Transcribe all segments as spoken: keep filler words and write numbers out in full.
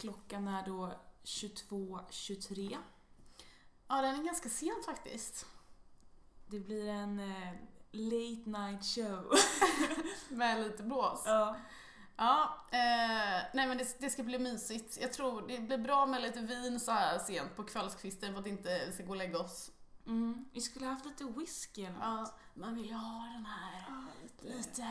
Klockan är då tjugotvå tjugotre. Ja, den är ganska sen faktiskt. Det blir en eh, late night show. Med lite blås. Ja. Ja, eh, nej men det, det ska bli mysigt. Jag tror det blir bra med lite vin så här sent på kvällskvisten för att inte vi ska gå och lägga oss. Mm. Vi skulle haft lite whisky eller något. Ja, man vill ju ha den här Ja, lite. lite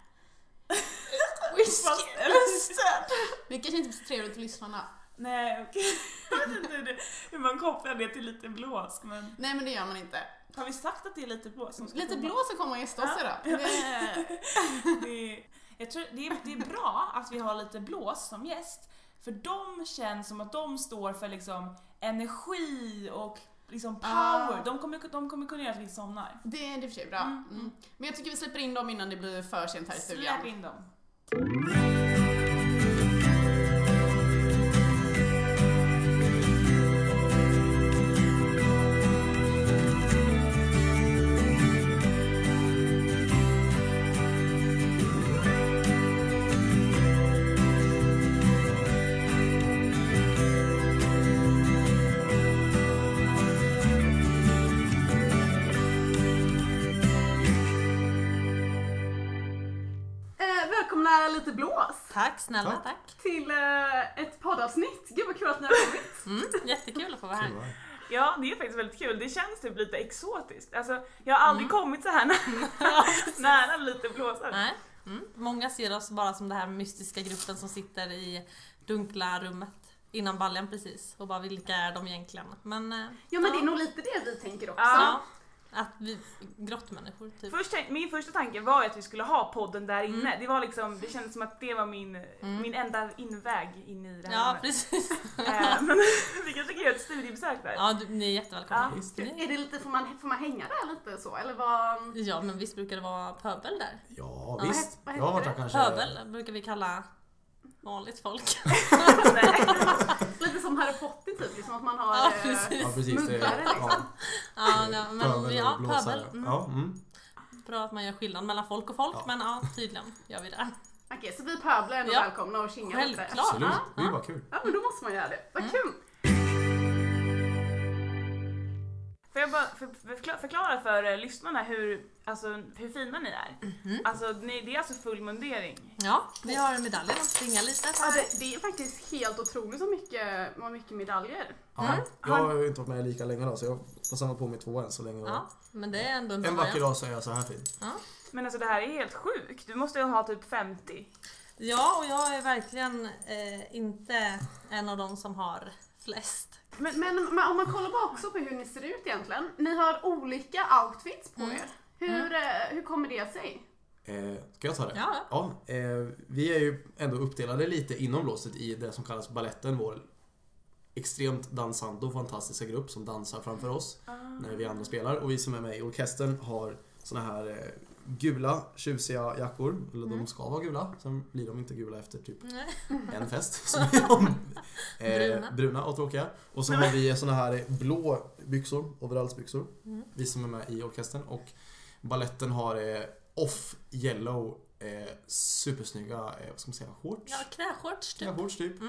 Whisky eller det kanske inte blir så trevligt för lyssnarna. Nej, okej. Jag vet inte hur, det, hur man kopplar det till lite blås. Men... Nej, men det gör man inte. Har vi sagt att det är lite blås som ska Lite komma? blås så kommer man gästa oss idag. Ja. det, jag tror det är, det är bra att vi har lite blås som gäst. För de känns som att de står för liksom energi och liksom power. Ah. De, kommer, de kommer kunna göra att vi somnar. Det, det är för sig bra. Mm. Mm. Men jag tycker vi släpper in dem innan det blir för sent här i studion. Släpp in dem. Lite blås. Tack snälla, tack. tack. Till eh, ett poddavsnitt. Gud vad kul att ni har kommit. Mm, jättekul att få vara här. Ja, det är faktiskt väldigt kul. Det känns typ lite exotiskt. Alltså, jag har aldrig Mm. kommit så här nära, nära lite blåsare. Nej. Mm. Många ser oss bara som den här mystiska gruppen som sitter i dunkla rummet innan baljan precis. Och bara vilka är de egentligen? Men, eh, Ja, men det är nog lite det vi tänker också. Ja. att vi grottmänniskor typ. Först, min första tanke var att vi skulle ha podden där inne. Mm. Det var liksom, det kändes som att det var min, mm. min enda inväg in i det här Ja, rummet. precis. äh, men vi kanske kan göra ett studiebesök där. Ja, du, ni är jättevälkomna. Ja. Just det. Är det lite, får man, får man hänga där lite så? Eller vad? Ja, men visst brukar det vara pöbel där? Ja, Ja, visst. vad Jag har varit där heter kanske. Pöbel brukar vi kalla vanligt folk. Lite som Harry Potter typ, liksom att man har Ja, eh, precis. Ja, precis. Det, munkare liksom. ja, Ja, nej, men pöbel vi har och blåsare. pöbel. Mm. Ja, mm. Bra att man gör skillnad mellan folk och folk, Ja. men ja, tydligen gör vi det. Okej, så vi pöblar ändå Ja. välkomna och kinga lite. Självklart. Absolut. Ja, Det är ju ja. bara kul. Ja, men då måste man göra det. Vad Mm. kul. Får jag bara för, förklara, förklara för eh, lyssnarna hur, alltså, hur fina ni är? Mhm. Alltså, ni, det är alltså full mundering. Ja, vi har medaljer att springa lite. Ja, det, det är faktiskt helt otroligt så mycket, vad mycket medaljer. Ja. Mm. Jag har ju inte varit med lika länge då, så jag får samla på mig två än så länge. och Ja, men det är ändå en En bra vacker dag så är jag så här fin. Ja. Men alltså det här är helt sjukt. Du måste ju ha typ femtio. Ja, och jag är verkligen eh, inte en av de som har flest. Men, men om man kollar bara också på hur ni ser ut egentligen. Ni har olika outfits på Mm. er. Hur, eh, hur kommer det sig? Eh, ska jag ta det? Ja, Ja, eh, vi är ju ändå uppdelade lite inom blåset i det som kallas balletten, vår extremt dansande och fantastiska grupp som dansar framför oss Ah. när vi andra spelar. Och vi som är med i orkestern har såna här eh, gula, tjusiga jackor. Eller Mm. de ska vara gula, sen blir de inte gula efter typ Nej. en fest. Så blir de eh, Bruna. bruna och tråkiga. Och så har vi såna här blå byxor, overallsbyxor. Mm. Vi som är med i orkestern. Och balletten har eh, off-yellow eh, supersnygga, eh, vad ska man säga, shorts? Ja, knäshorts typ. Ja, shorts typ. Mm.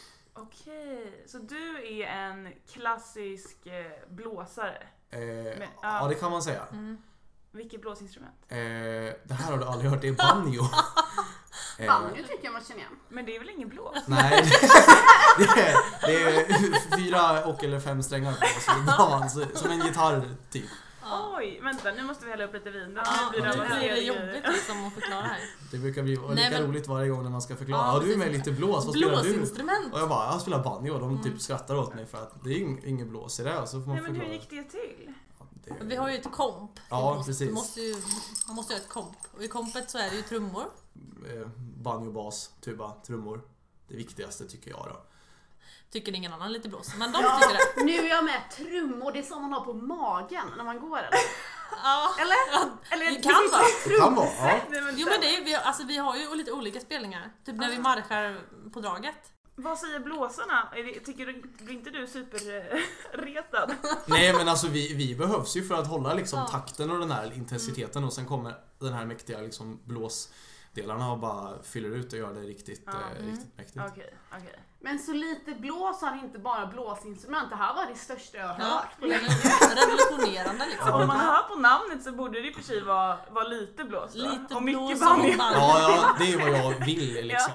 Okej, så du är en klassisk eh, blåsare. Eh, Men, ja. ja. det kan man säga. Mm. Vilket blåsinstrument? Eh, det här har du aldrig hört, det är banjo. Eh, Banjo tycker jag man känner igen. Men det är väl ingen blås? Nej, det är, det är fyra och eller fem strängar på så det är bara, så, som en gitarr typ. Ja. Oj, vänta, nu måste vi hälla upp lite vin. Ja, Nu blir nu det blir det avancerade jobbigt liksom att förklara här. Det brukar bli Nej, lika men- roligt varje gång när man ska förklara. Ja, Ja, du är med precis. lite blås, vad spelar du? Blåsinstrument. Och jag bara, jag spelar banjo och de Mm. typ skrattar åt mig för att det är ing- ingen blås i det. Och så får man Nej, men hur förklara. gick det till? Ja, det- Vi har ju ett komp. Ja, precis. Du måste ju, man måste ju ha ett komp. Och i kompet så är det ju trummor. eh, banjo, bas, tuba, trummor. Det viktigaste tycker jag då. Tycker ingen annan lite blås. Men de Ja, tycker det. nu är jag med trummor, det är som man har på magen när man går eller? Ja, Eller? ja, Eller det kan vara. Det kan vara, ja. Nej, men Jo men det är, vi, alltså, vi har ju lite olika spelningar. Typ när vi marschar på draget. Vad säger blåsarna? Är det, tycker du, blir inte du superretad? Nej men alltså vi, vi behövs ju för att hålla liksom Ja. takten och den här intensiteten och sen kommer den här mäktiga liksom blås delarna och bara fyller ut och gör det riktigt, Ja. eh, Mm. riktigt mäktigt. Okej, okej. Men så lite blås har inte bara blåsinstrument. Det här var det största jag har Ja, hört på länge. revolutionerande liksom. Om man hör på namnet så borde det i och för sig vara, vara lite blås då. Lite och blås mycket och banjo. banjo. Ja, ja, det är vad jag vill liksom.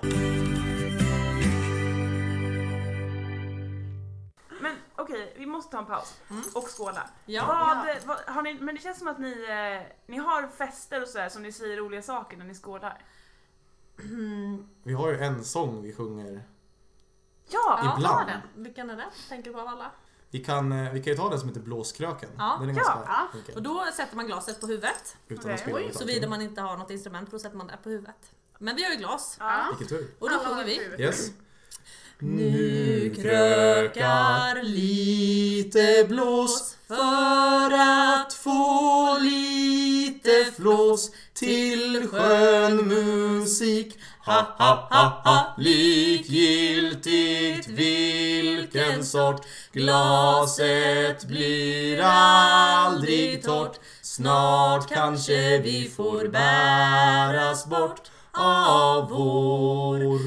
Men okej, vi måste ta en paus Mm. och skåla. Ja. Vad, Ja. vad, har ni, men det känns som att ni, eh, ni har fester och sådär som ni säger roliga saker när ni skålar. Mm. Vi har ju en sång vi sjunger. Ja! Ja, Ibland. ta den. Vilken är det? Tänker du på av alla? Vi kan, eh, vi kan ju ta den som heter Blåskröken. Ja. Den är Ja. ganska Ja. enkel. Och då sätter man glaset på huvudet. Utan Okej. att spela Oj. något Såvida allting. man inte har något instrument, då sätter man det på huvudet. Men vi har ju glas. Ja. Vilken tur. Och då Alla sjunger har vi. ett huvud. Yes. Nu krökar lite blås för att få lite flås till skön musik. Ha ha ha ha, likgiltigt vilken sort. Glaset blir aldrig torrt. Snart kanske vi får bäras bort av vår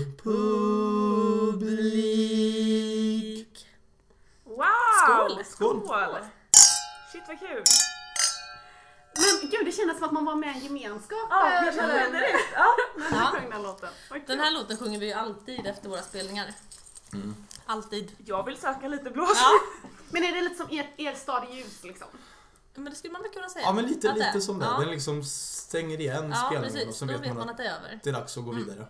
publik. Wow! Skål! Skål! Shit vad kul! Men gud, det kändes som att man var med i en gemenskap. Ja, eh, jag kände när- det direkt. Ja. När Ja. du sjöng den låten. Vad kul. Den här låten sjunger vi ju alltid efter våra spelningar. Mm. Alltid. Jag vill söka lite blås. Ja, Men är det lite som er, er stad i ljus liksom? men det skulle man väl kunna säga. Ja, men lite, Att det är. lite som det. Ja, Den liksom stänger igen ja spelningen och precis. så Då vet man att det är över. det är dags att gå Mm. vidare.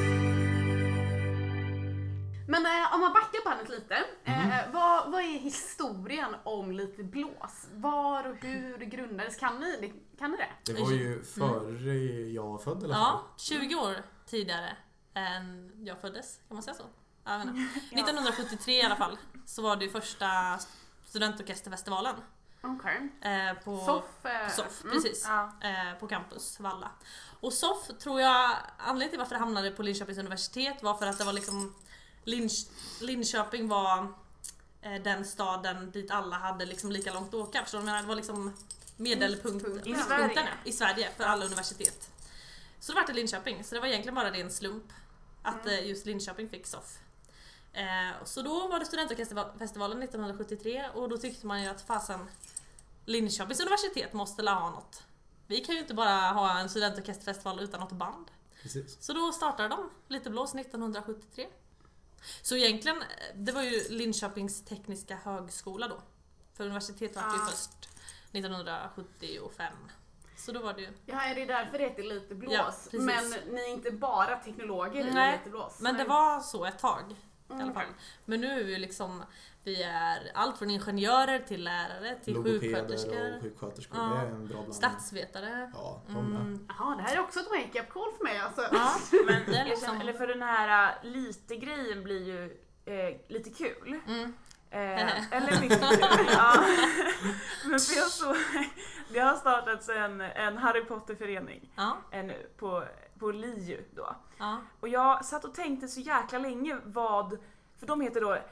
Men eh, om man backar bandet lite, Mhm. eh, vad, vad är historien om Lite blås? Var och hur det grundades? Kan ni, kan ni det? Det var ju före jag var född i alla fall. Ja, tjugo år tidigare än jag föddes. Kan man säga så? Ja, jag vet inte. nittonhundrasjuttiotre i alla fall så var det ju första studentorkesterfestivalen Okej. eh, på Soff. eh, Soff, mm. precis. Ja. Eh, på campus Valla. Och Soff tror jag, anledningen till varför det hamnade på Linköpings universitet var för att det var liksom Linch, Linköping var eh, den staden dit alla hade liksom lika långt att åka. Förstår du vad jag menar? Det var liksom medelpunkt Punkt. I mittpunkten Sverige. i Sverige för alla universitet. Så det var det Linköping, så det var egentligen bara det en slump att eh, just Linköping fick Soff. Eh, så då var det studentorkesterfestivalen nittonhundrasjuttiotre och då tyckte man ju att fasen Linköpings universitet måste la ha något. Vi kan ju inte bara ha en studentorkesterfestival utan något band. Precis. Så då startade de Lite blås nittonhundrasjuttiotre. Så egentligen, det var ju Linköpings tekniska högskola då. För universitet var det ju Ja. först nittonhundrasjuttiofem. Så då var det ju... Ja, är det därför det heter Lite blås? Ja, precis. Men ni är inte bara teknologer i Nej, Lite blås? Men det var så ett tag i alla Mm. fall. Men nu är vi ju liksom, vi är allt från ingenjörer till lärare till Logopeder sjuksköterskor, och sjuksköterskor. Ja. Det är en bra blandning. statsvetare. Ja, de med. Mm. Jaha, det här är också ett wake-up call för mig alltså. Ja, Men det är jag liksom... känner, eller för den här äh, lite grejen blir ju eh, lite kul. Mm. Eh, eller mycket kul. Ja. Men för jag så, det har startats en, en Harry Potter-förening Ja, eh, nu på, på L I U då. ja. Och jag satt och tänkte så jäkla länge vad, för de heter då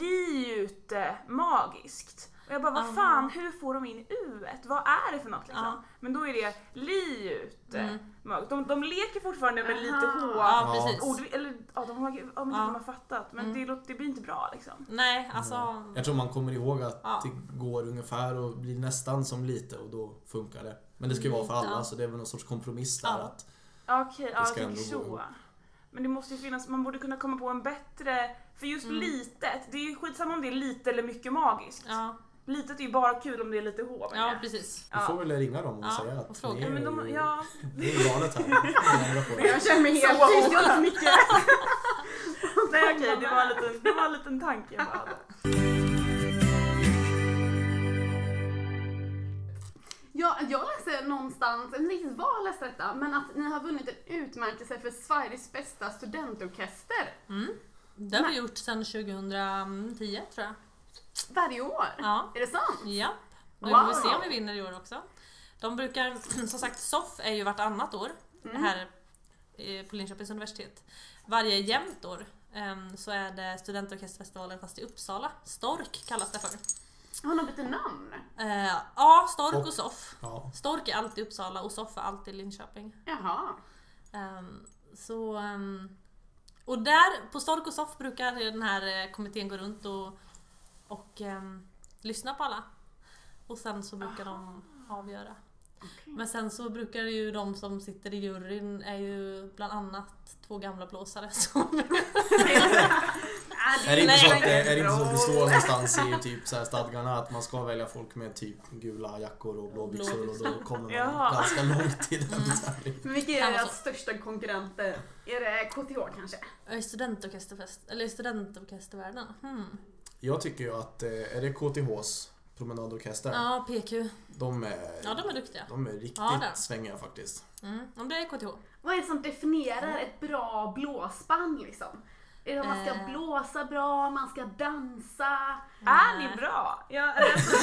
Liute magiskt. Och jag bara, vad Aha. fan, hur får de in U-et? Vad är det för något liksom? Ja. Men då är det Liute Mm. magiskt. De, de leker fortfarande med lite Aha. H. Ja, Ja. precis. Ord, eller ja, de har, ja, men Ja. de har fattat. Men Mm. det, låter- det blir inte bra liksom. Nej, alltså... Mm. Jag tror man kommer ihåg att Ja. det går ungefär och blir nästan som lite och då funkar det. Men det ska ju vara för alla Ja. så det är väl någon sorts kompromiss där Ja. att Okej, ja, ska jag ändå tänker gå så. ihop. Men det måste ju finnas, man borde kunna komma på en bättre, för just Mm. litet, det är ju skitsamma om det är lite eller mycket magiskt. Ja, Litet är ju bara kul om det är lite H. menar ja jag. precis. du får Ja. väl ringa dem och Ja, säga och att fråga. ni Ja, är men de, ju ja, det är galet här. Ni ändrar på det. Jag känner mig helt Så tyst, jag har inte mycket. nej okej, det var en liten, det var en liten tanke jag bara hade. Ja, jag läste någonstans, jag vet inte riktigt var jag läste detta, men att ni har vunnit en utmärkelse för Sveriges bästa studentorkester Mm. Det har vi gjort sedan tjugohundratio tror jag. varje år. Ja. Är det sant? Ja. Nu Wow. får vi se om vi vinner i år också. De brukar, som sagt, Soff är ju vartannat år Mm. här eh, på Linköpings universitet. Varje jämnt år em, så är det studentorkesterfestivalen fast i Uppsala. Stork kallas det för. Har de bytt namn? Eh, ja, Stork och, Och- Soff. Ja. Stork är alltid Uppsala och Soff är alltid Linköping. Jaha. Um, så, um, och där på Stork och Soff brukar den här kommittén gå runt och, och um, lyssna på alla. Och sen så brukar de avgöra. Okay. Men sen så brukar ju de som sitter i juryn är ju bland annat två gamla blåsare som... Är det inte Nej, så att det, nej. är det, inte så att det står någonstans i typ så här stadgarna att man ska välja folk med typ gula jackor och blå byxor och då kommer man Ja. ganska långt till den Mm. tävlingen. Men vilka är Kan vara deras största konkurrenter? Är det K T H kanske? I studentorkesterfest, eller i studentorkestervärlden. Hmm. Jag tycker ju att, eh, är det K T H:s promenadorkester? Ja, P Q. De är, Ja, de är duktiga. de är riktigt Ja, det. svängiga faktiskt. Mm. Om det är K T H. Vad är det som definierar ett bra blåsband liksom? Är det att man ska Eh. blåsa bra, man ska dansa? Är ni bra? Ja, alltså,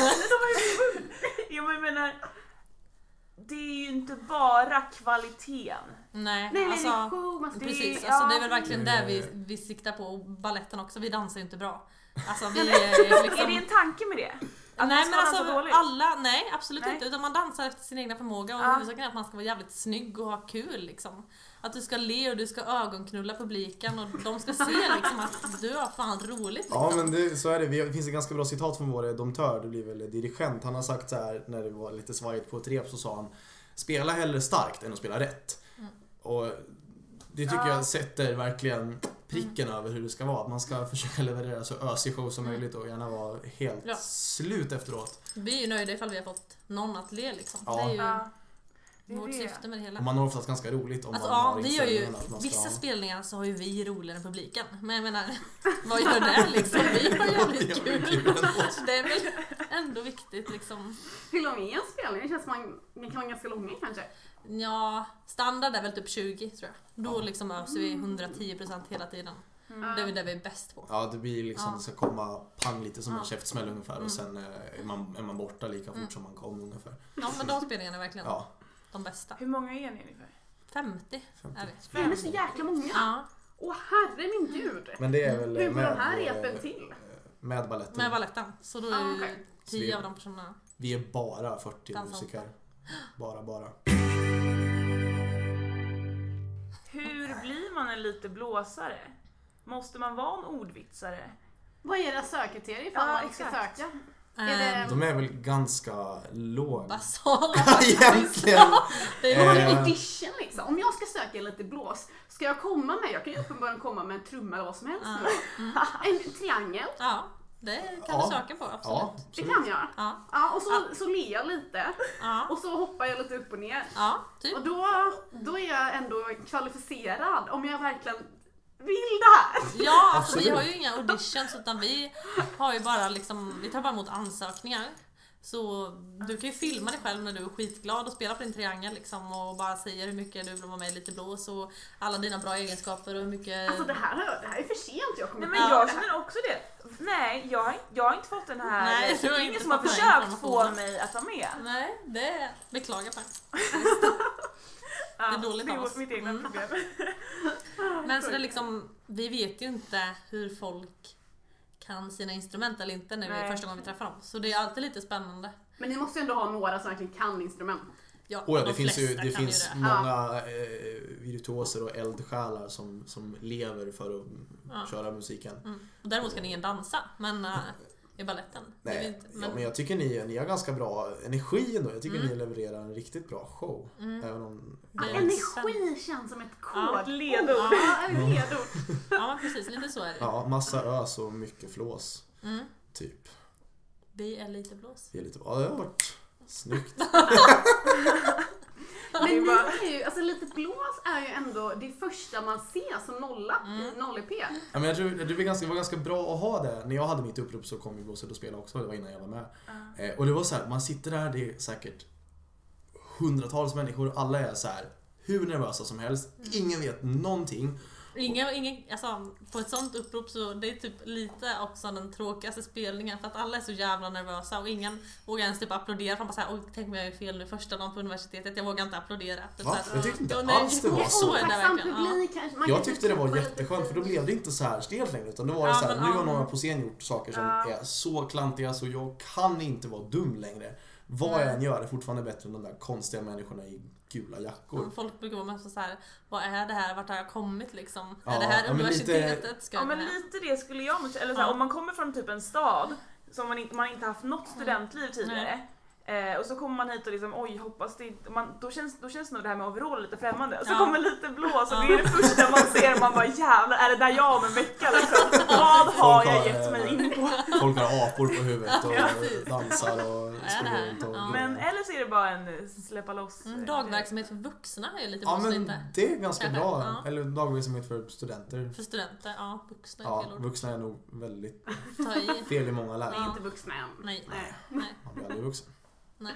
jag menar, det är ju inte bara kvaliteten. Nej, Nej, nej, alltså, det är show, man ska... precis. det- Alltså, ja. det är väl verkligen Men, där vi, eh, vi siktar på. Och balletten också, vi dansar ju inte bra. Alltså vi är liksom... Är det en tanke med det? Att nej man ska men alltså dansa dåligt? alla, nej absolut Nej. inte. Utan man dansar efter sin egna förmåga och Ja. huvudsaken är att man ska vara jävligt snygg och ha kul liksom. Att du ska le och du ska ögonknulla publiken och de ska se liksom att du har fan roligt liksom. Ja men det, så är det. Vi- Det finns ett ganska bra citat från vår domtör, det blir väl dirigent. Han har sagt så här när det var lite svajigt på ett rep så sa han: spela hellre starkt än att spela rätt. Mm. Och det tycker Ja. jag sätter verkligen pricken över hur det ska vara. Att man ska försöka leverera så ösig show som möjligt och gärna vara helt Ja. slut efteråt. Vi är ju nöjda ifall vi har fått någon att le liksom. Ja. Det är ju Ja, det är vårt det. syfte med det hela. Och man har oftast ganska roligt om Alltså man ja, har vi gör ju, inställningen att man ska... vissa spelningar så har ju vi roligare än publiken. Men jag menar, vad gör det liksom? Vi har jävligt Det är kul. kul ändå. Det är väl ändå viktigt liksom. Hur lång är en spelning? Det känns som man, den kan vara ganska lång kanske. Ja, standard är väl typ tjugo tror jag. Då Ja. liksom öser vi hundratio procent hela tiden. Mm. Det är väl det vi är bäst på. Ja, det blir liksom, Ja. det ska komma pang lite som Ja. en käftsmäll ungefär Mm. och sen eh, är man, är man borta lika fort Mm. som man kom ungefär. Ja men de spelningarna är verkligen Ja, de bästa. Hur många är ni ungefär? femtio femtio. är vi. Det är så jäkla många. Ja, Åh herre min gud. Men det är väl Hur går med, de här eh, repen till? med baletten. med baletten. Så då är Ah, ju okej. tio av de personerna. Vi är bara fyrtio Dansar. musiker. Bara, bara. Hur blir man en lite blåsare? Måste man vara en ordvitsare? Vad är deras sökkriterier ifall Ja, man ska exakt. söka? Är Ehm, det- De är väl ganska låga. Basala. Egentligen. Det Har är du Eh. audition liksom? Om jag ska söka lite blås, ska jag komma med? Jag kan ju uppenbarligen komma med en trumma eller vad som helst. Ja. Mm. En triangel, Ja, det kan Ja. du söka på absolut. Ja, det absolut. kan jag. Ja, Ja, och så, så ler jag lite ja, och så hoppar jag lite upp och ner. ja, typ. Och då, då är jag ändå kvalificerad om jag verkligen vill det här. Ja, alltså vi Absolut. har ju inga auditions utan vi har ju bara liksom, vi tar bara emot ansökningar. Så du kan ju filma dig själv när du är skitglad och spela på din triangel liksom och bara säga hur mycket du vill vara med i Lite blås och alla dina bra egenskaper och hur mycket... Alltså det här, har- det här är för sent jag kommer Nej på men jag det här. känner också det. Nej, jag, har- jag har inte fått den här... Nej, du har det är inte ingen som har fått den här försökt få informationen. mig att vara med. Nej, det beklagar jag faktiskt. Ja, Det är dåligt det av oss. är mitt egna Mm. problem. Men så det är liksom, vi vet ju inte hur folk kan sina instrument eller inte när vi Nej. första gången vi träffar dem. Så det är alltid lite spännande. Men ni måste ju ändå ha några som verkligen kan instrument. Ja, Oh ja, det de finns, ju, flesta det kan finns ju det. många eh, virtuoser och eldsjälar som, som lever för att Ja. köra musiken. Mm. Och däremot kan ingen dansa, men uh, i balletten. Det är vi Nej, inte. ja, Men, men jag tycker ni, ni har ganska bra energi ändå. Jag tycker Mm. ni levererar en riktigt bra show. mm. Även om Ja, Det är energi känns som ett Ja, kod. ledord. Ja, ett ledord. Ja, men precis. Lite så är det. Ja, massa ös och mycket flås. Mm. Typ. Vi är lite blås. Det är lite, ja, det har varit snyggt. Men Det är ni bara- är ju, alltså lite blås är ju ändå det första man ser som nolla Mm. i noll E P. Ja, men jag tror det var ganska, det var ganska bra att ha det. När jag hade mitt upprop så kom vi blåset och spela också. Det var innan jag var med. Ja. Eh, och det var så här, man sitter där, det är säkert hundratals människor. Alla är så här hur nervösa som helst. Ingen vet någonting. Ingen, ingen, alltså, på ett sånt upprop så det är typ lite också den tråkigaste spelningen för att alla är så jävla nervösa och ingen vågar ens typ applådera för man bara såhär, oj tänk om jag är fel nu första dagen på universitetet, jag vågar inte applådera. Typ Va? så här, Jag tyckte inte Ja, nej, alls det var så så. är det Otacksam verkligen, ja. publik kanske. Man Jag kan tyckte det var klappa lite jätteskönt för då blev det inte så här stelt längre utan då var det Ja, så här, men, nu ja. har några på scen gjort saker som Ja. är så klantiga så jag kan inte vara dum längre. Vad jag Nej. än gör är fortfarande bättre än de där konstiga människorna i gula jackor. Och folk brukar vara med så här, vad är det här? Vart har jag kommit liksom? Ja, är det här ja, men universitetet? lite- Ska Ja jag men med? lite det skulle jag nog säga. Eller så här, Ja. om man kommer från typ en stad som man inte, man inte haft något studentliv tidigare. Eh, och så kommer man hit och liksom oj hoppas det inte, man, då, känns, då känns nog det här med overall lite främmande. Och så Ja. kommer lite blås och Ja. det är det första man ser och man bara jävlar är det där jag om en vecka liksom? Vad har jag har, gett mig in på? Folk har apor på huvudet och Ja, precis. dansar och det springer här? runt och Ja. Men eller så är det bara en eh, släppa loss. Mm, eh, dagverksamhet för vuxna är lite Ja måste men inte. det är ganska Kanske, bra. ja. Eller dagverksamhet för studenter. För studenter, ja, vuxna är Ja, fel ord. vuxna är nog väldigt Ta i. fel i många Vi är lägen. inte vuxna än. Nej, Nej. nej, Man blir aldrig vuxen. nej.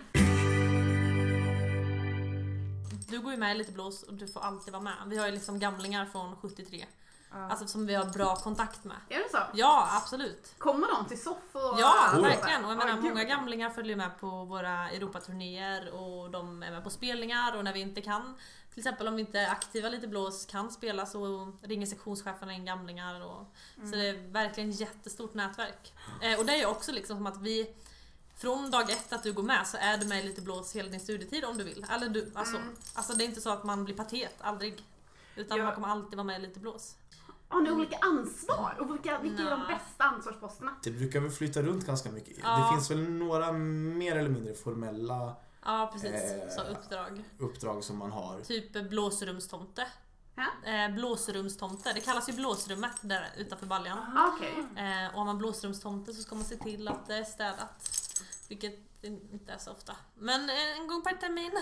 Du går ju med i lite blås och du får alltid vara med. Vi har ju liksom gamlingar från sjuttiotre. Ja. Alltså som vi har bra kontakt med. Är det så? Ja, absolut. Kommer de till soff och... Ja, Oh, ja. verkligen. Och jag menar, Oj, gud. många gamlingar följer med på våra Europaturnéer och de är med på spelningar och när vi inte kan, till exempel om vi inte är aktiva lite blås kan spela så ringer sektionscheferna in gamlingar och Mm. så det är verkligen ett jättestort nätverk. Eh, och det är ju också liksom som att vi från dag ett att du går med så är du med i lite blås hela din studietid om du vill. Eller du, alltså, Mm. alltså det är inte så att man blir patet, aldrig. Utan Ja. man kommer alltid vara med i lite blås. Har ni olika ansvar? Och vilka, vilka är de Nej. bästa ansvarsposterna? Det brukar väl flytta runt ganska mycket. Ja. Det finns väl några mer eller mindre formella Ja, precis. Eh. Så uppdrag. uppdrag som man har. Typ blåsrumstomte. Ja. Eh, blåsrumstomte, det kallas ju blåsrummet där utanför baljan. Ah, Okej. Eh, och har man blåsrumstomte så ska man se till att det är städat. Vilket inte är så ofta. Men eh, en gång per termin.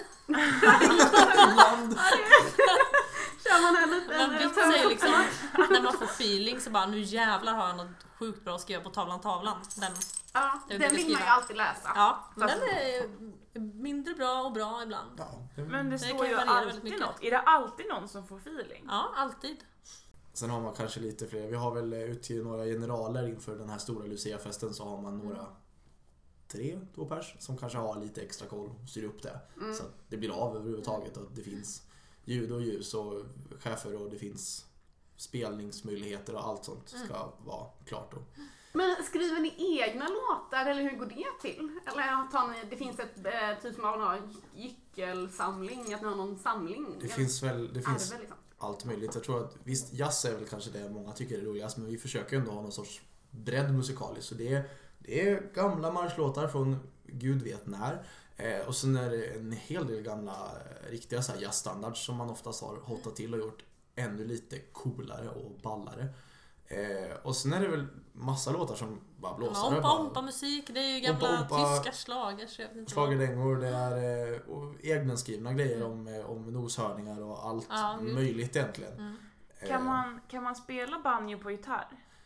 Kör man en liten... Men vitsen är ju liksom när man får feeling så bara nu jävlar har jag något sjukt bra att skriva på tavlan tavlan. Den, Ja, Det är den mycket vill man ju skriva. alltid läsa. ja, men den är mindre bra och bra ibland. Ja, det, Men det Det står kan ju variera väldigt alltid mycket. något. Är det alltid någon som får feeling? Ja, alltid. Sen har man kanske lite fler. Vi har väl ut till några generaler inför den här stora Lucia-festen så har man några tre, två pers som kanske har lite extra koll och styr upp det. Mm. Så att det blir av överhuvudtaget och det finns ljud och ljus och chefer och det finns spelningsmöjligheter och allt sånt ska vara klart. Och Men skriver ni egna låtar eller hur går det till? Eller tar ni, det finns ett eh, typ som man har gyckelsamling, att ni har någon samling? det finns väl det finns Arve, liksom. allt möjligt. Jag tror att visst, jazz är väl kanske det många tycker är roligast men vi försöker ändå ha någon sorts bredd musikaliskt. Så det är, det är gamla marschlåtar från Gud vet när. Eh, och sen är det en hel del gamla eh, riktiga så här jazzstandards som man oftast har hotat till och gjort ännu lite coolare och ballare. Eh, och sen är det väl massa låtar som bara blåsare. Ompa bara- ompa musik, det är ju gamla Ompa, ompa. tyska schlagers. jag vet inte vad. Schlagerdängor, det är eh, och egenskrivna grejer om, eh, om noshörningar och allt Ja, mm. möjligt egentligen. Mm. Kan Eh, man, kan man spela banjo på gitarr?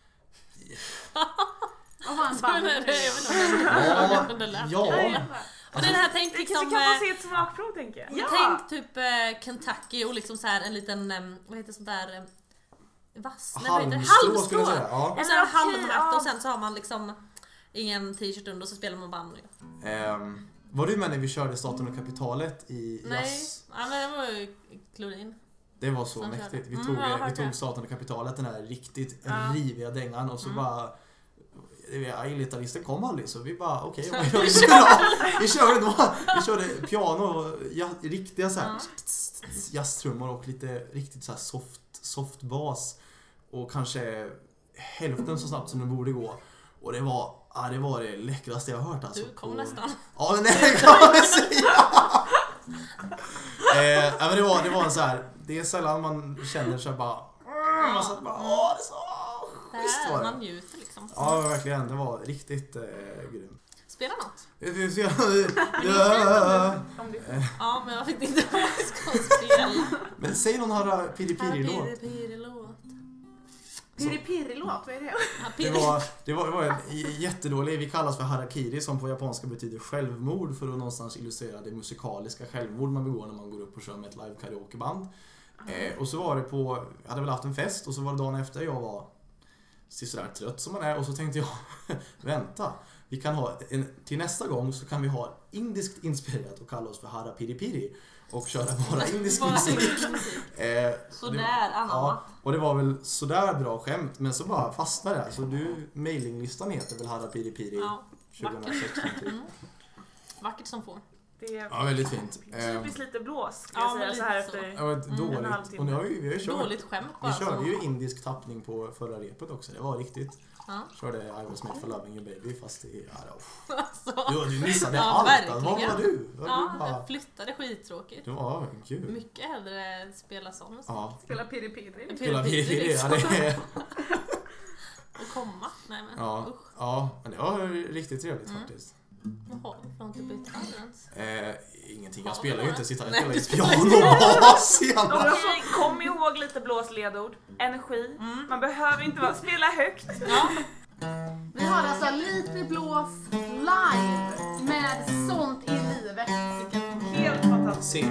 Och ha en Så men det- band. jag vet inte om det- Ja, det lät. ja. Och den här tänk Det liksom... kan man eh, se ett smakprov tänker jag. Ja. Tänk typ eh, Kentucky och liksom så här en liten, em, vad heter sånt där, em, vass? Nej, vad heter det? Halmstrå skulle jag säga. Ja. Och sen Eller okej, halmhatt ja. och sen så har man liksom ingen t-shirt under och så spelar man banjo. Ehm, var du med när vi körde Staten och kapitalet i Nej, jazz? ja, men det var ju klorin. Det var så Som mäktigt. körde. Vi Mm, tog, jag har vi hört tog det. Staten och kapitalet, den här riktigt Ja. riviga dängan och så Mm. bara gitarristen kom aldrig så vi bara okej, okay, vad gör vi då? Vi körde då. Vi körde piano och ja, riktiga så här Ja. jazztrummor och lite riktigt så här soft soft bas och kanske hälften så snabbt som det borde gå. Och det var ja, det var det läckraste jag har hört alltså. Du kom på- nästan. Ja, men det kan man väl säga. eh, ja, men det var det var en så här, det är sällan man känner sig bara mm, och så att bara åh, det är så schysst Där, var det. man njuter liksom. Ja, verkligen. Det var riktigt eh, grymt. Spela något. Ja. Om det Ja, men jag vet inte vad jag ska spela. Men säg någon Harra Piri Piri-låt. Piri Piri låt. Piri Piri-låt, vad är det? Ja, Det Piri. var, det, var, det var en jättedålig, vi kallas för harakiri som på japanska betyder självmord för att någonstans illustrera det musikaliska självmord man begår när man går upp och kör med ett live karaokeband. Eh, och så var det på, jag hade väl haft en fest och så var det dagen efter jag var sådär trött som man är och så tänkte jag, vänta, vi kan ha en, till nästa gång så kan vi ha indiskt inspirerat och kalla oss för Harra Piri Piri och köra bara indisk Bara musik. indisk musik. Eh, Sådär, det- anammat. ja, och det var väl sådär bra skämt men så bara fastnade det. Så du, mailinglistan heter väl Harra Piri Piri Ja, tjugohundrasexton typ. Mm. Vackert som får. Det är Ja, väldigt fint. typiskt lite blås, ska Ja, jag säga, men så här lite så. efter... Ja, men en dåligt. halvtimme. Och nu har vi, vi har kört, Dåligt skämt bara. vi körde så. ju indisk tappning på förra repet också. Det var riktigt. Ja. Körde I was made for loving you baby fast i... Ja, då. Alltså, Du, du missade Ja, allt. Alltså, vad verkligen. var du? Var ja, du bara... jag flyttade skittråkigt. Du var gud. Mycket hellre spela sån musik. Ja. Spela Piri Piri. Spela Piri vi Piri, ja, det är... Och komma. Nej men Ja, usch. ja, men det var riktigt trevligt Mm. faktiskt. Vad har vi för någonting på ens? Eh, ingenting. Jag Ja, spelar ju men- inte. Sitta och Nej, spela i du spelar piano. Sena. Okej, kom ihåg lite blåsledord. Energi. Mm. Man behöver inte vara, spela högt. Ja, Vi har alltså lite blås live med sånt i livet. Helt fantastiskt. Se.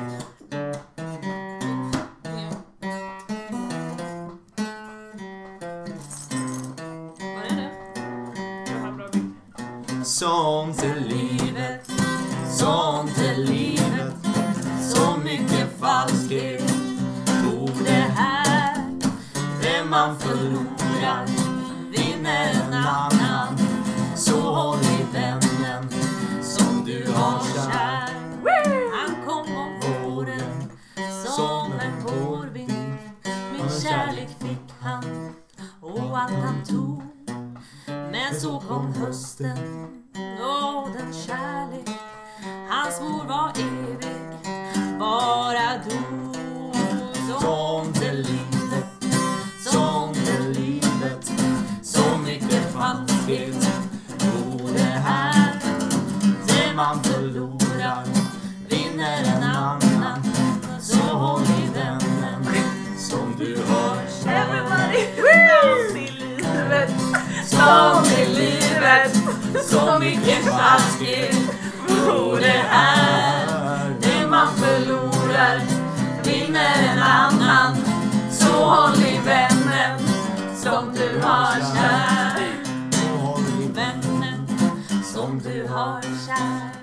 vad är det? Det här bra bild. Sånt är livet. Sånt är livet. Så mycket falskhet. Och det här, Det man förlorar vinner en annan. Så håll i vännen som du har kär. han kom om våren som en vårvind. Min kärlek fick han och allt han tog. Men så kom hösten och den kärlek han svor var evig bara dog. Sånt är livet. Sånt är livet. Så mycket falskhet. Och det här, det man förlorar vinner en annan. Så håll i vännen som du har kär. Everybody, sånt i livet. Sånt i livet. Så mycket falskhet. Och det här, det man förlorar vinner en annan. Så håll i vännen som du har kär. Så håll i Vännen som du har kär.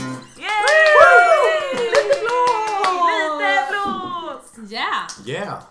Yay! Lite blås! Lite blås! Yeah! Yeah!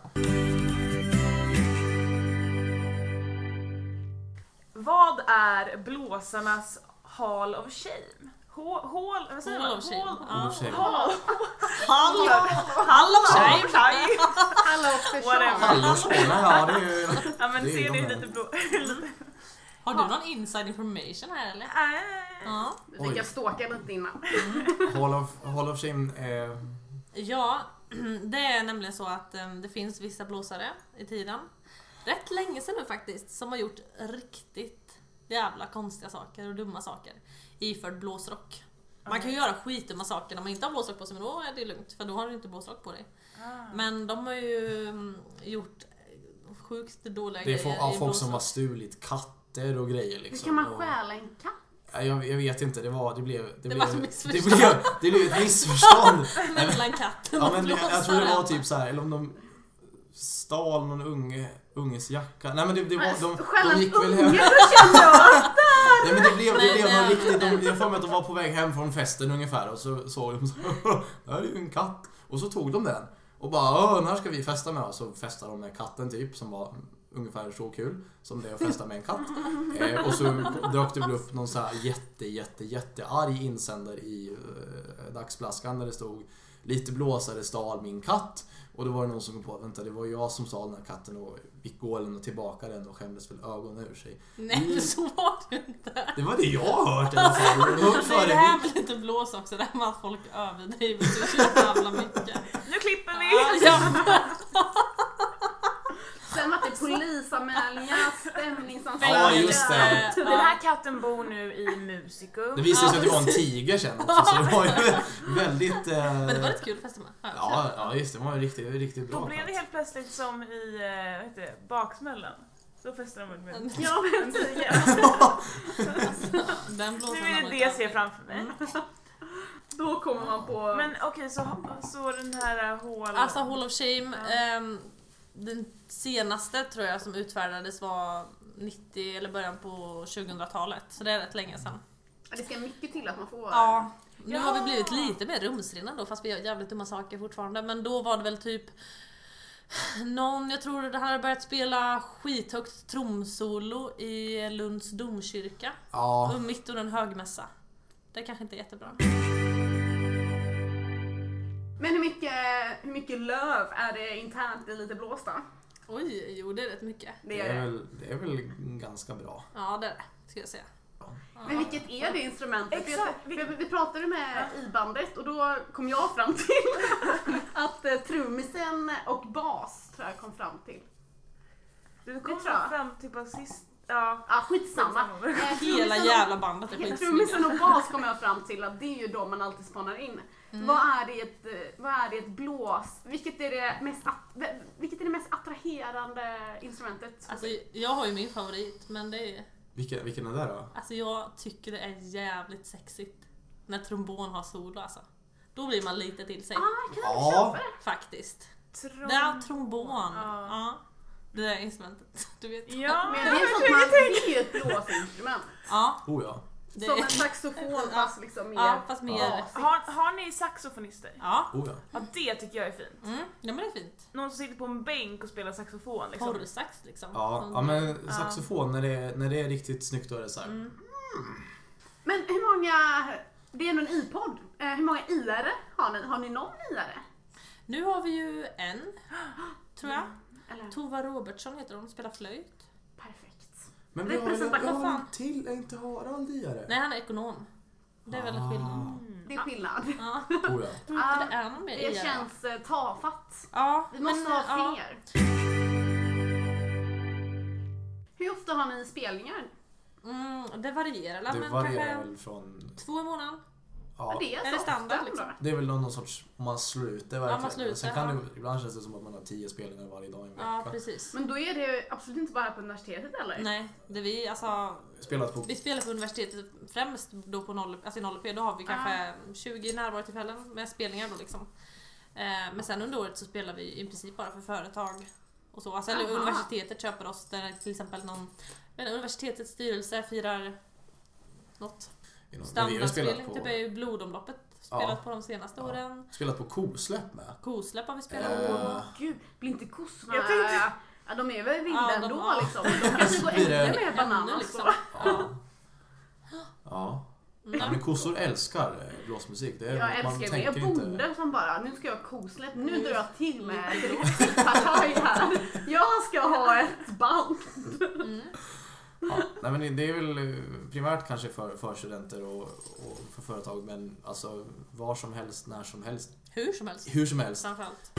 Vad är blåsarnas Hall of Shame? Hall, hall, vad säger Hall man? of Shame. Hall, Ja. Hall of Shame. hall, Hall Hall of shame! shame. Hallå för Whatever. Hallårsmåla, ja det är ju... Ja men Det är ser ni de lite här. blå... Har du någon inside information här eller? Äh. Ja. Vi fick jag stalka lite innan. Hall of, Hall of Shame eh, Ja, det är nämligen så att um, det finns vissa blåsare i tiden, rätt länge sedan nu faktiskt, som har gjort riktigt jävla konstiga saker och dumma saker iförd blåsrock. Man kan ju göra skitdumma saker när man inte har blåsrock på sig, men då är det lugnt för då har du inte blåsrock på dig. Ah. Men de har ju um, gjort sjukt dåliga Det är grejer folk, av i folk som har blåsrock. stulit katter och grejer Hur liksom. kan man Och- stjäla en katt? Ja, Jag, jag vet inte, det var, det blev, det, Det blev, var ett det, missförstånd. blev, det blev ett missförstånd. Mellan katten Ja, och men jag, jag tror det var blåsaren. typ så här, eller om de stal någon unge, unges jacka. Nej men det, det var, de, Stjäla de en gick väl unge, hem. så kände jag! Nej men det blev, det Men, blev eh, någon riktigt, de, jag får mig att de var på väg hem från festen ungefär och så såg de så det här är ju en katt. Och så tog de den och bara, åh, den här ska vi festa med. Och så festade de med katten typ, som var ungefär så kul som det är att festa med en katt. Eh, och så dök det väl upp någon så här jätte, jätte, jätte arg insändare i eh, dagsflaskan där det stod lite blåsare stal min katt. Och då var det någon som kom på, vänta, det var jag som stal den här katten och fick gå och lämna tillbaka den och skämdes väl ögonen ur sig. Nej, så var det inte. Det var det jag har hört i alla fall. Jag har hört Nej, det före. här med lite blås också, det här med att folk överdriver så jävla mycket. Nu klipper Ja, vi! ja. Sen var det polisanmälningar, stämningsansvar. Ja, just det. Den här katten bor nu i Musikum. Det visade sig att det var en tiger sen också, så det var ju väldigt... Eh... Men det var lite kul att festa med. Ja, ja, just det. Det var ju riktigt, riktigt bra Då blev det katt. helt plötsligt som i eh, vad heter det, Baksmällan. Då festar de med. Ja, men tiger. Den Nu blåsaren är det var det lite jag ser framför mig. Då kommer man på... Men okej, så, så den här hål... Alltså Hall of Shame, Ja. ehm, den senaste tror jag som utfärdades var nittio eller början på tjugohundratalet. Så det är rätt länge sedan. Det ska mycket till att man får... Ja, nu har vi Ja. blivit lite mer rumsrena då, fast vi gör jävligt dumma saker fortfarande. Men då var det väl typ någon, jag tror det hade börjat spela skithögt tromsolo i Lunds domkyrka. Ja, Och mitt under en högmässa. Det kanske inte är jättebra. Men hur mycket, hur mycket löv är det internt i Lite blåst då? Oj, jo det är rätt mycket. Det Det är är, det. väl, det är väl ganska bra. Ja, det är det, ska jag säga. Men vilket är det instrumentet? För Exakt. jag- Vi, vi pratade med i-bandet och då kom jag fram till att eh, trummisen och bas tror jag kom fram till. Du kom tror jag. fram till basist. Ja. Ja, skitsamma. Skitsamma. Eh, Hela trummisen jävla bandet är och, skitsnygga. trummisen och bas kom jag fram till att det är ju de man alltid spanar in. Mm. Vad är det i ett, eh, vad är det i ett blås? Vilket är det mest, att, vilket är det mest attraherande instrumentet? Alltså jag har ju min favorit, men det är... Vilken, vilken är det då? Alltså jag tycker det är jävligt sexigt när trombon har solo alltså. Då blir man lite till sig, Ah, kan jag Ja. köpa det? faktiskt. Trom... Det är trombon. Ja. Ja. Det där instrumentet, du vet. Ja, Men det är sånt man, det är ju ett blåsinstrument. Ja, Oh ja. det Som är... en saxofon fast liksom mer Ja, fast mer... Ja. Har, har ni saxofonister? Ja. Oh ja. Ja, det tycker jag är fint. Mm, ja men det är fint. Någon som sitter på en bänk och spelar saxofon liksom. Porrsax liksom. Ja, ja men saxofon när det, är, när det är riktigt snyggt då är det så här. Mm. Men hur många, det är ändå en i-podd, eh, hur många i-are har ni? Har ni någon i-are? Nu har vi ju en, tror jag. Eller? Tova Robertsson heter hon, spelar flöjt. Perfekt. Men vi har, jag, jag Representation. har en till, är inte Harald i det? Nej, han är ekonom. Det är väl en skillnad. Det är skillnad. Ja. Oh ja. Jag tror inte Ah, det är någon mer Det i det. känns eh, tafatt. Ja, Vi måste men, ha ja. fler. Hur ofta har ni spelningar? Mm, det varierar. Det men varierar kanske väl från... två i månaden. Ja, Det är, Är så det standard, ofta, liksom? då? det är väl någon sorts... Om man slutar verkligen. man slutar, Sen kan ja. det, ibland känns det som att man har tio spelningar varje dag i en Ja, vecka. precis. Men då är det absolut inte bara på universitetet eller? Nej, det vi alltså Spelat på... vi spelar på universitetet främst då på noll, alltså i noll P, då har vi kanske tjugo närvarotillfällen med spelningar då liksom. Eh, men sen under året så spelar vi i princip bara för företag och så. Alltså, eller Aha. universitetet köper oss där till exempel någon men universitetets styrelse firar något Inom, där vi har spelat standardspelning, på, typ är ju blodomloppet spelat Ja. på de senaste Ja. åren. spelat på kosläpp med. Kosläpp har vi spelat Eh, på. Åh gud, blir inte kossorna... Jag tänkte- Ja, de är väl vilda Ja, de- ändå ja. liksom. De kanske går Blir det- ännu mer bananas Ännu, liksom. liksom. Ja. Ja. Mm. ja. Men kossor älskar eh, blåsmusik. Det är, Jag man älskar ju, jag tänker inte... bonde som bara, nu ska jag ha kosläpp, nu Mm. drar jag till med partaj här. Jag ska ha ett band. Mm. Ja, nej men det är väl eh, primärt kanske för, för studenter och, och för företag, men alltså var som helst, när som helst, Hur som helst. hur som helst. Framförallt.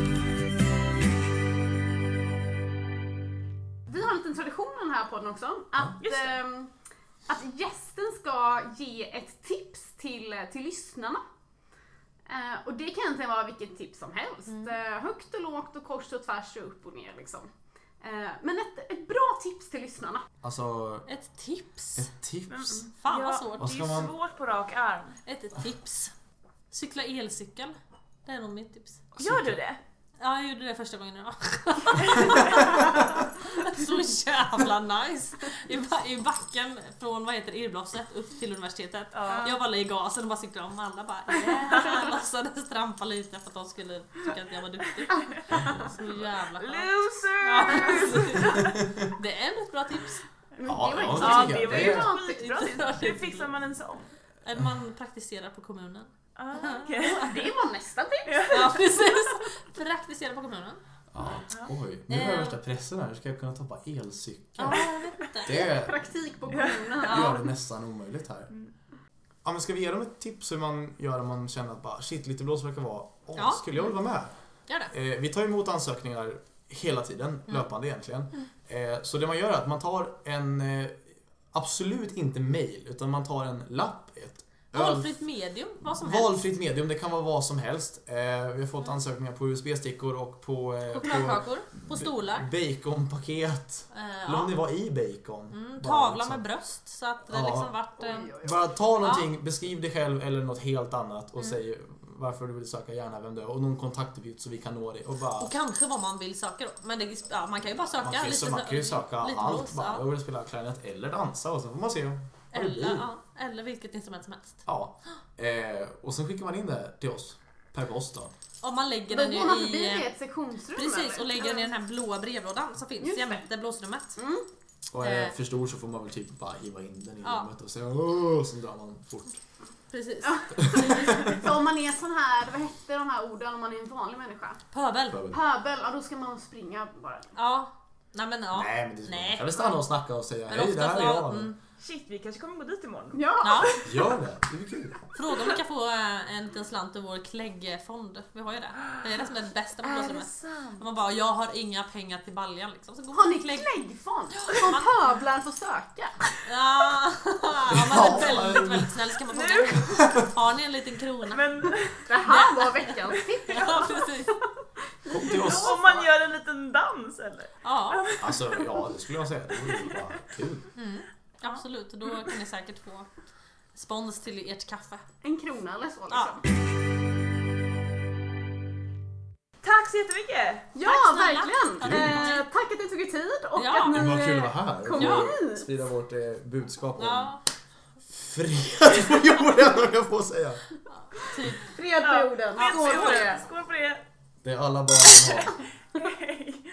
Vi har en liten tradition i den här podden också. Att, just det. ehm, att gästen ska ge ett tips till, till lyssnarna. Eh, och det kan egentligen vara vilket tips som helst. Mm. Eh, högt och lågt och kors och tvärs och upp och ner liksom. Eh, men ett, ett bra tips till lyssnarna. Alltså, Ett tips. ett tips. Fan vad Ja, svårt. Vad Det ska är man- svårt på rak arm. Ett tips. Cykla elcykel. Det är nog mitt tips. Gör du det? Ja, jag gjorde det första gången idag. Så jävla nice. I, ba- I backen från, vad heter det, Irblosset upp till universitetet. Ja. Jag var i gasen och bara cyklade om. Alla bara yeah. Låtsades trampa lite för att de skulle tycka att jag var duktig. Så jävla skönt. Ja, Loser! det är ett bra tips. Men Ja, det var ja, inte Ja, tycker det jag. var Det ju är- skitbra tips. Hur fixar man en sån? Eller man praktiserar på kommunen. Ah, okej. Det var nästa tips. Ja, precis. Praktisera på kommunen. Ja, oj. Nu har jag Eh. värsta pressen här. Ska jag kunna toppa elcykel? Ja, jag vet inte. Det Praktik på kommunen. gör det nästan omöjligt här. Ja, men ska vi ge dem ett tips hur man gör om man känner att bara, shit, lite blås verkar vara... Åh, Ja. skulle jag vilja vara med? Gör det. Eh, vi tar emot ansökningar hela tiden, löpande egentligen. Eh, så det man gör är att man tar en, eh, absolut inte mail, utan man tar en lapp, ett Valfritt medium, vad som helst. valfritt medium, det kan vara vad som helst. Eh, vi har fått ansökningar på U S B-stickor och på, eh, på Chokladkakor på stolar. baconpaket. Eh, Eller om ja. det var i bacon. Mm, Bara tavla liksom. med bröst så att det Ja. liksom vart... Eh, Oj, oj, oj. Bara ta någonting, beskriv dig själv eller något helt annat och Mm. säg varför du vill söka, gärna vem du är och någon kontaktuppgift så vi kan nå dig och bara... och kanske vad man vill söka då. Men det, ja, man kan ju bara söka Man kan ju, lite, så, man kan ju söka lite allt blås, bara. ja. Jag vill spela klarinett eller dansa och så får man se vad det Eller, blir. ja, eller vilket instrument som helst. Ja. Eh, och sen skickar man in det till oss per post då. Om man lägger Då den går man ju förbi i... ett sektionsrum Precis, eller? och lägger den i den här blåa brevlådan som finns Just det. jämte blåsrummet. Mm. Och är det Eh. för stor så får man väl typ bara hiva in den i Ja. rummet och säga åh, så drar man fort. Precis. Så om man är sån här, vad heter de här orden om man är en vanlig människa? Pöbel. Pöbel. Pöbel, ja då ska man springa bara. Ja. Nej men ja. Nej, men det är så. Nej. Man kan väl stanna och snacka och säga Men hej, det ofta här är får- jag. mm. Shit, vi kanske kommer gå dit imorgon. Ja! Ja. Gör det, det blir kul. Fråga om vi kan få eh, en liten slant ur vår kläggfond. Vi har ju det. Det är det som är det bästa på plåtsrummet. sant? Man bara, jag har inga pengar till baljan liksom. Så går Har man ni till klägg... kläggfond? Som pöblar får söka? Ja, om man är väldigt, väldigt snäll så kan man fråga. Har ni en liten krona? Men Det här var veckans tips. Ja, precis. Kom till oss. om man gör en liten dans eller? Ja, Alltså, ja, det skulle jag säga. Det vore ju bara kul. mm, absolut. Då kan ni säkert få spons till ert kaffe. En krona eller så Ja. liksom. Tack så jättemycket! Ja, Tack snälla. verkligen! Tack. Eh, tack att du tog er tid och Ja. att ni Det var kul att eh, vara här. kom Ja. hit. Sprida vårt eh, budskap om Ja, fred på jorden, om jag får säga. typ. Fred på jorden. Ja, Skål på det! Skål på det! Det är alla barn vill ha. Hej!